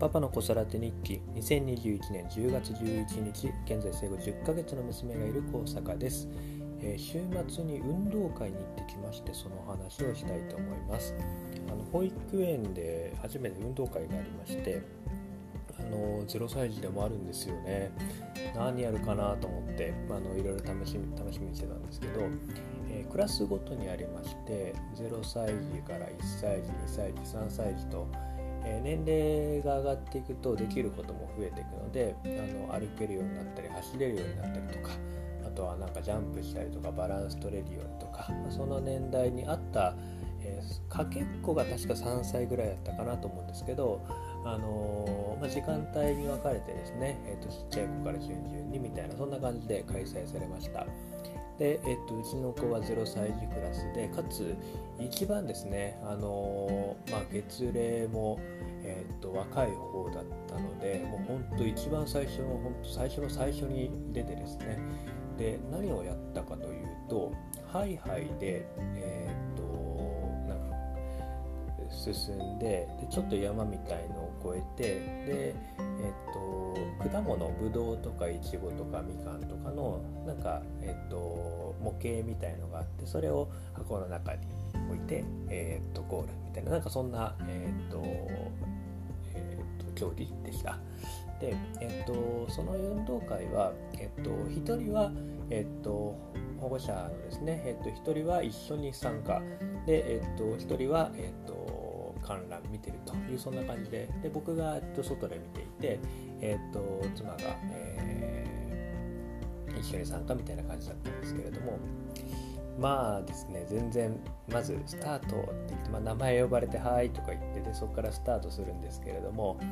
パパの子育て日記2021年10月11日現在生後10ヶ月の娘がいる高坂です。週末に運動会に行ってきまして、その話をしたいと思います。保育園で初めて運動会がありまして、0歳児でもあるんですよね。何やるかなと思っていろいろ試しみにしてたんですけど、クラスごとにありまして、0歳児から1歳児、2歳児、3歳児と年齢が上がっていくとできることも増えていくので、歩けるようになったり走れるようになったりとか、あとはなんかジャンプしたりとかバランス取れるようにとか、その年代に合ったかけっこが確か3歳ぐらいだったかなと思うんですけど、時間帯に分かれてですね、ちっちゃい子から順々にみたいな、そんな感じで開催されました。で、うちの子は0歳児クラスで、かつ一番ですね、月齢も、若い方だったので、もう本当一番最初の最初に出てですね、で何をやったかというと、ハイハイで進んで、ちょっと山みたいのを越えて、で、果物、ぶどうとかいちごとかみかんとかのなんか、模型みたいのがあって、それを箱の中に置いて、ゴールみたいな、なんかそんな、競技でした。で、その運動会は、1人は、保護者のですね、1人は一緒に参加で、1人は、観覧見てるという、そんな感じで、僕が外で見ていて、妻が、一緒に参加みたいな感じだったんですけれども、まあですね、全然まずスタートって言って、名前呼ばれてはいとか言って、でそこからスタートするんですけれども、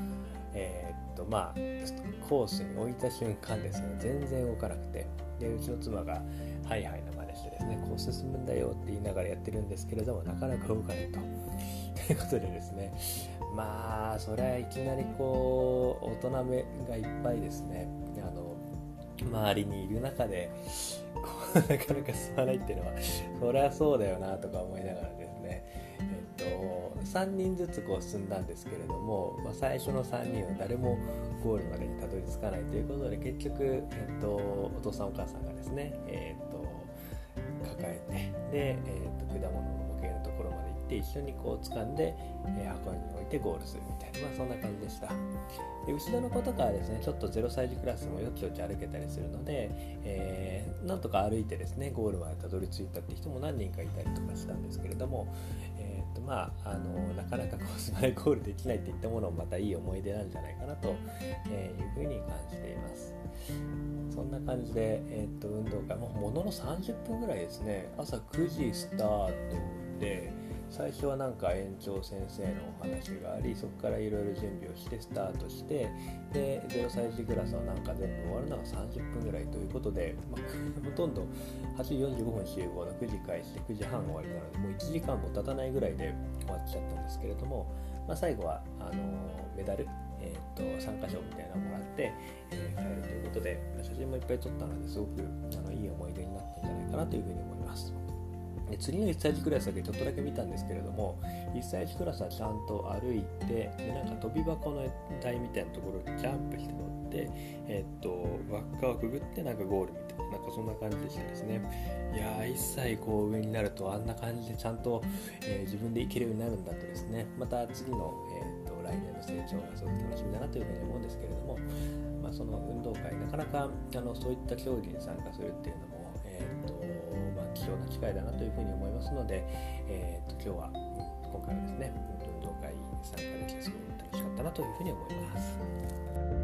コースに置いた瞬間ですね、全然動かなくて、でうちの妻がハイハイの真似してですね、こう進むんだよって言いながらやってるんですけれども、なかなか動かないということでですね、それはいきなりこう大人目がいっぱいですね、周りにいる中でなかなか進まないっていうのは、そりゃそうだよなとか思いながらですね、3人ずつこう進んだんですけれども、最初の3人は誰もゴールまでにたどり着かないということで、結局、お父さんお母さんがですね、抱えて、で、果物の模型のところまで行って一緒にこう掴んで、箱に置いてゴールするみたいな、そんな感じでした。で後ろの子とかはですね、ちょっと0歳児クラスもよちよち歩けたりするので、なんとか歩いてですねゴールまでたどり着いたって人も何人かいたりとかしたんですけれども、なかなかこうスマイルゴールできないっていったものもまたいい思い出なんじゃないかなというふうに感じています。そんな感じで、運動会ものの30分ぐらいですね、朝9時スタートで、最初はなんか園長先生のお話があり、そこからいろいろ準備をしてスタートして、で0歳児クラスはなんか全部終わるのが30分ぐらいということで、ほとんど8時45分集合の9時開始で9時半終わりなので、もう1時間も経たないぐらいで終わっちゃったんですけれども、最後はメダル、参加賞みたいなのをもらって、帰るということで、写真もいっぱい撮ったので、すごくいい思い出になったんじゃないかなというふうに思います。で次の1歳児クラスだけちょっとだけ見たんですけれども、1歳児クラスはちゃんと歩いて、でなんか跳び箱の台みたいなところにジャンプして乗って、輪っかをくぐってなんかゴールみたいな、なんかそんな感じでしたですね。いやー、1歳こう上になるとあんな感じでちゃんと、自分で行けるようになるんだとですね、また次の、来年の成長がすごく楽しみだなというふうに思うんですけれども、その運動会なかなかそういった競技に参加するっていうのも、貴重な機会だなというふうに思いますので、今回はですね運動会に参加できてすごく楽しかったなというふうに思います。